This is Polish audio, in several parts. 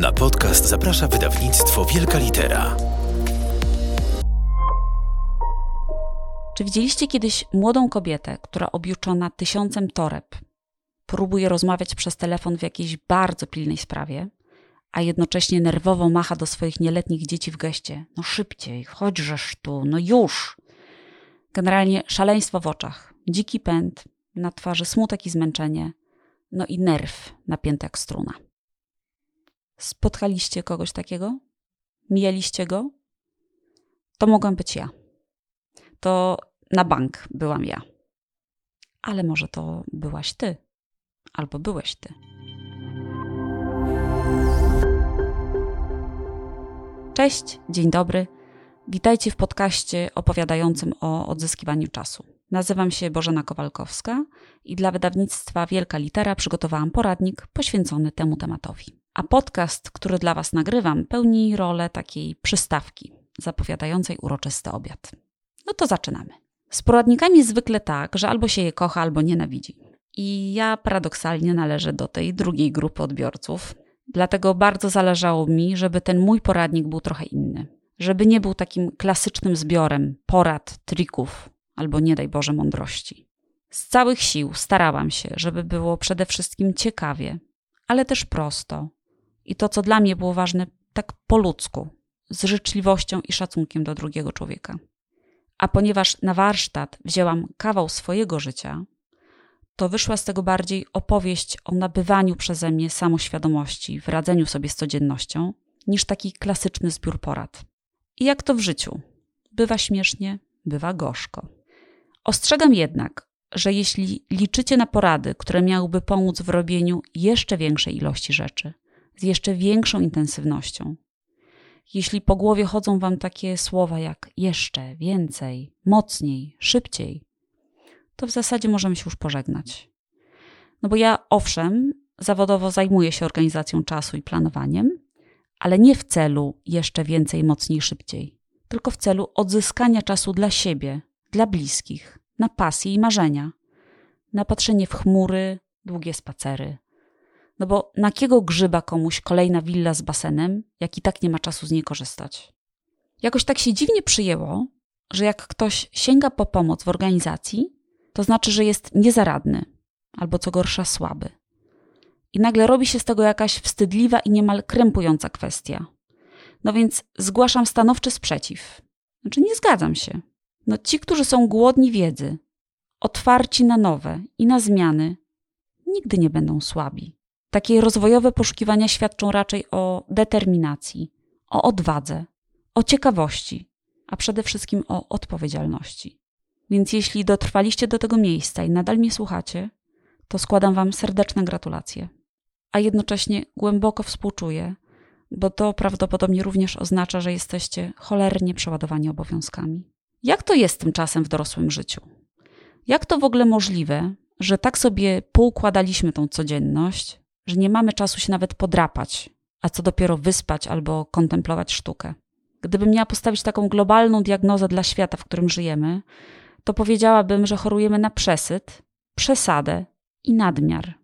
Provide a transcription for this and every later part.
Na podcast zaprasza wydawnictwo Wielka Litera. Czy widzieliście kiedyś młodą kobietę, która objuczona 1000 toreb próbuje rozmawiać przez telefon w jakiejś bardzo pilnej sprawie, a jednocześnie nerwowo macha do swoich nieletnich dzieci w geście: no szybciej, chodźżeż tu, no już. Generalnie szaleństwo w oczach, dziki pęd, na twarzy smutek i zmęczenie, no i nerw napięty jak struna. Spotkaliście kogoś takiego? Mijaliście go? To mogłam być ja. To na bank byłam ja. Ale może to byłaś ty, albo byłeś ty. Cześć, dzień dobry. Witajcie w podcaście opowiadającym o odzyskiwaniu czasu. Nazywam się Bożena Kowalkowska i dla wydawnictwa Wielka Litera przygotowałam poradnik poświęcony temu tematowi. A podcast, który dla Was nagrywam, pełni rolę takiej przystawki zapowiadającej uroczysty obiad. No to zaczynamy. Z poradnikami jest zwykle tak, że albo się je kocha, albo nienawidzi. I ja paradoksalnie należę do tej drugiej grupy odbiorców. Dlatego bardzo zależało mi, żeby ten mój poradnik był trochę inny. Żeby nie był takim klasycznym zbiorem porad, trików albo nie daj Boże mądrości. Z całych sił starałam się, żeby było przede wszystkim ciekawie, ale też prosto. I to, co dla mnie było ważne, tak po ludzku, z życzliwością i szacunkiem do drugiego człowieka. A ponieważ na warsztat wzięłam kawał swojego życia, to wyszła z tego bardziej opowieść o nabywaniu przeze mnie samoświadomości w radzeniu sobie z codziennością, niż taki klasyczny zbiór porad. I jak to w życiu? Bywa śmiesznie, bywa gorzko. Ostrzegam jednak, że jeśli liczycie na porady, które miałyby pomóc w robieniu jeszcze większej ilości rzeczy, z jeszcze większą intensywnością, jeśli po głowie chodzą Wam takie słowa jak jeszcze, więcej, mocniej, szybciej, to w zasadzie możemy się już pożegnać. No bo ja owszem, zawodowo zajmuję się organizacją czasu i planowaniem, ale nie w celu jeszcze więcej, mocniej, szybciej, tylko w celu odzyskania czasu dla siebie, dla bliskich, na pasje i marzenia, na patrzenie w chmury, długie spacery. No bo na jakiego grzyba komuś kolejna willa z basenem, jak i tak nie ma czasu z niej korzystać? Jakoś tak się dziwnie przyjęło, że jak ktoś sięga po pomoc w organizacji, to znaczy, że jest niezaradny albo co gorsza słaby. I nagle robi się z tego jakaś wstydliwa i niemal krępująca kwestia. No więc zgłaszam stanowczy sprzeciw. Znaczy nie zgadzam się. No ci, którzy są głodni wiedzy, otwarci na nowe i na zmiany, nigdy nie będą słabi. Takie rozwojowe poszukiwania świadczą raczej o determinacji, o odwadze, o ciekawości, a przede wszystkim o odpowiedzialności. Więc jeśli dotrwaliście do tego miejsca i nadal mnie słuchacie, to składam Wam serdeczne gratulacje. A jednocześnie głęboko współczuję, bo to prawdopodobnie również oznacza, że jesteście cholernie przeładowani obowiązkami. Jak to jest tymczasem w dorosłym życiu? Jak to w ogóle możliwe, że tak sobie poukładaliśmy tą codzienność, że nie mamy czasu się nawet podrapać, a co dopiero wyspać albo kontemplować sztukę? Gdybym miała postawić taką globalną diagnozę dla świata, w którym żyjemy, to powiedziałabym, że chorujemy na przesyt, przesadę i nadmiar.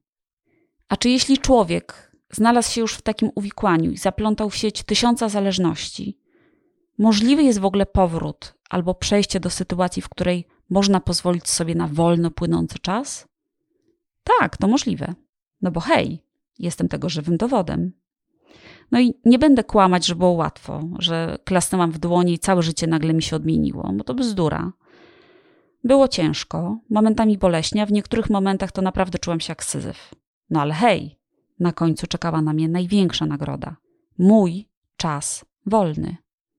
A czy jeśli człowiek znalazł się już w takim uwikłaniu i zaplątał w sieć 1000 zależności, możliwy jest w ogóle powrót albo przejście do sytuacji, w której można pozwolić sobie na wolno płynący czas? Tak, to możliwe. No bo hej, jestem tego żywym dowodem. No i nie będę kłamać, że było łatwo, że klasnęłam w dłonie i całe życie nagle mi się odmieniło, bo to bzdura. Było ciężko, momentami boleśnie, a w niektórych momentach to naprawdę czułam się jak Syzyf. No ale hej, na końcu czekała na mnie największa nagroda. Mój czas wolny.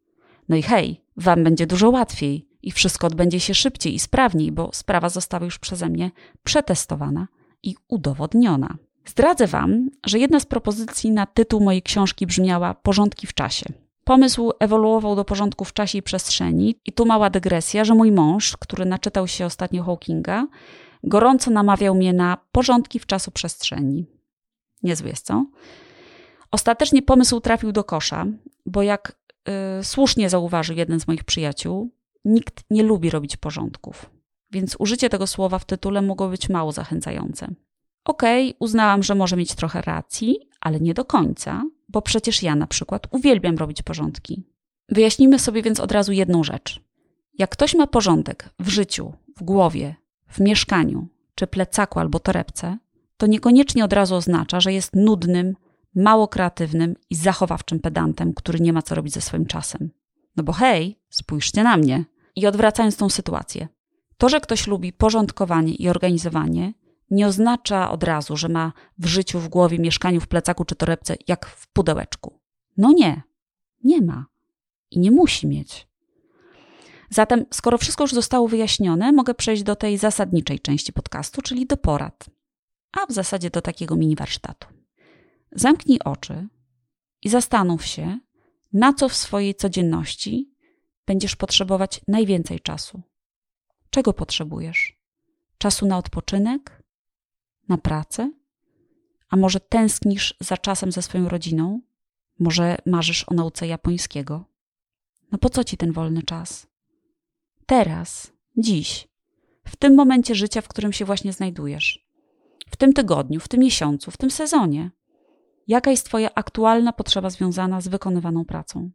No i hej, Wam będzie dużo łatwiej i wszystko odbędzie się szybciej i sprawniej, bo sprawa została już przeze mnie przetestowana i udowodniona. Zdradzę Wam, że jedna z propozycji na tytuł mojej książki brzmiała Porządki w czasie. Pomysł ewoluował do porządku w czasie i przestrzeni i tu mała dygresja, że mój mąż, który naczytał się ostatnio Hawkinga, gorąco namawiał mnie na porządki w czasu-przestrzeni. Niezły jest, co? Ostatecznie pomysł trafił do kosza, bo jak słusznie zauważył jeden z moich przyjaciół, nikt nie lubi robić porządków. Więc użycie tego słowa w tytule mogło być mało zachęcające. Okej, uznałam, że może mieć trochę racji, ale nie do końca, bo przecież ja na przykład uwielbiam robić porządki. Wyjaśnijmy sobie więc od razu jedną rzecz. Jak ktoś ma porządek w życiu, w głowie, w mieszkaniu, czy plecaku albo torebce, to niekoniecznie od razu oznacza, że jest nudnym, mało kreatywnym i zachowawczym pedantem, który nie ma co robić ze swoim czasem. No bo hej, spójrzcie na mnie. I odwracając tą sytuację. To, że ktoś lubi porządkowanie i organizowanie, nie oznacza od razu, że ma w życiu, w głowie, mieszkaniu, w plecaku czy torebce jak w pudełeczku. No nie, nie ma i nie musi mieć. Zatem, skoro wszystko już zostało wyjaśnione, mogę przejść do tej zasadniczej części podcastu, czyli do porad, a w zasadzie do takiego mini warsztatu. Zamknij oczy i zastanów się, na co w swojej codzienności będziesz potrzebować najwięcej czasu. Czego potrzebujesz? Czasu na odpoczynek? Na pracę? A może tęsknisz za czasem ze swoją rodziną? Może marzysz o nauce japońskiego? No po co ci ten wolny czas? Teraz, dziś, w tym momencie życia, w którym się właśnie znajdujesz. W tym tygodniu, w tym miesiącu, w tym sezonie. Jaka jest twoja aktualna potrzeba związana z wykonywaną pracą?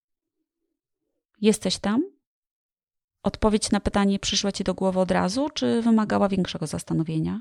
Jesteś tam? Odpowiedź na pytanie przyszła ci do głowy od razu, czy wymagała większego zastanowienia?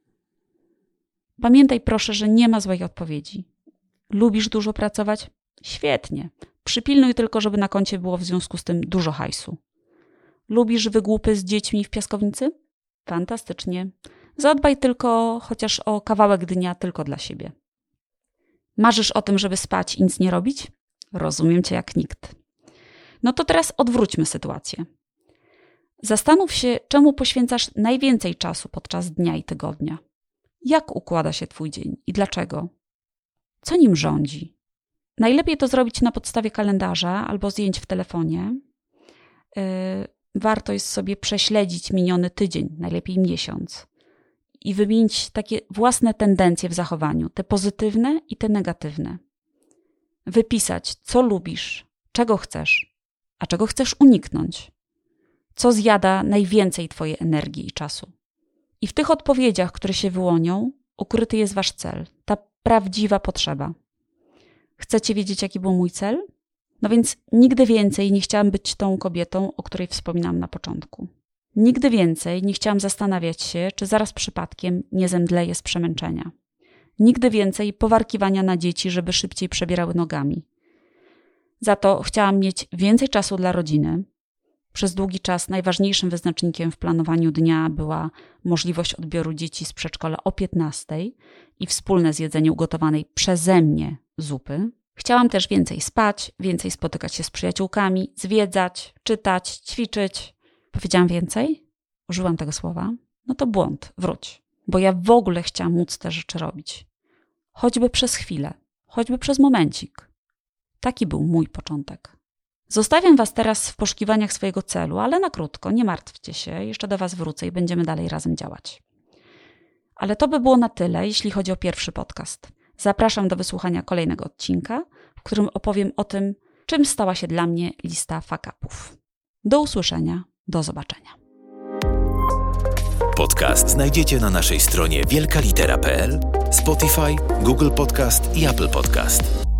Pamiętaj proszę, że nie ma złej odpowiedzi. Lubisz dużo pracować? Świetnie. Przypilnuj tylko, żeby na koncie było w związku z tym dużo hajsu. Lubisz wygłupy z dziećmi w piaskownicy? Fantastycznie. Zadbaj tylko chociaż o kawałek dnia tylko dla siebie. Marzysz o tym, żeby spać i nic nie robić? Rozumiem cię jak nikt. No to teraz odwróćmy sytuację. Zastanów się, czemu poświęcasz najwięcej czasu podczas dnia i tygodnia. Jak układa się twój dzień i dlaczego? Co nim rządzi? Najlepiej to zrobić na podstawie kalendarza albo zdjęć w telefonie. Warto jest sobie prześledzić miniony tydzień, najlepiej miesiąc. I wymienić takie własne tendencje w zachowaniu, te pozytywne i te negatywne. Wypisać, co lubisz, czego chcesz, a czego chcesz uniknąć. Co zjada najwięcej twojej energii i czasu. I w tych odpowiedziach, które się wyłonią, ukryty jest wasz cel, ta prawdziwa potrzeba. Chcecie wiedzieć, jaki był mój cel? No więc nigdy więcej nie chciałam być tą kobietą, o której wspominałam na początku. Nigdy więcej nie chciałam zastanawiać się, czy zaraz przypadkiem nie zemdleję z przemęczenia. Nigdy więcej powarkiwania na dzieci, żeby szybciej przebierały nogami. Za to chciałam mieć więcej czasu dla rodziny. Przez długi czas najważniejszym wyznacznikiem w planowaniu dnia była możliwość odbioru dzieci z przedszkola o 15:00 i wspólne zjedzenie ugotowanej przeze mnie zupy. Chciałam też więcej spać, więcej spotykać się z przyjaciółkami, zwiedzać, czytać, ćwiczyć. Powiedziałam więcej? Użyłam tego słowa? No to błąd, wróć. Bo ja w ogóle chciałam móc te rzeczy robić. Choćby przez chwilę, choćby przez momencik. Taki był mój początek. Zostawiam was teraz w poszukiwaniach swojego celu, ale na krótko, nie martwcie się, jeszcze do was wrócę i będziemy dalej razem działać. Ale to by było na tyle, jeśli chodzi o pierwszy podcast. Zapraszam do wysłuchania kolejnego odcinka, w którym opowiem o tym, czym stała się dla mnie lista fuck-upów. Do usłyszenia, do zobaczenia. Podcast znajdziecie na naszej stronie wielkalitera.pl, Spotify, Google Podcast i Apple Podcast.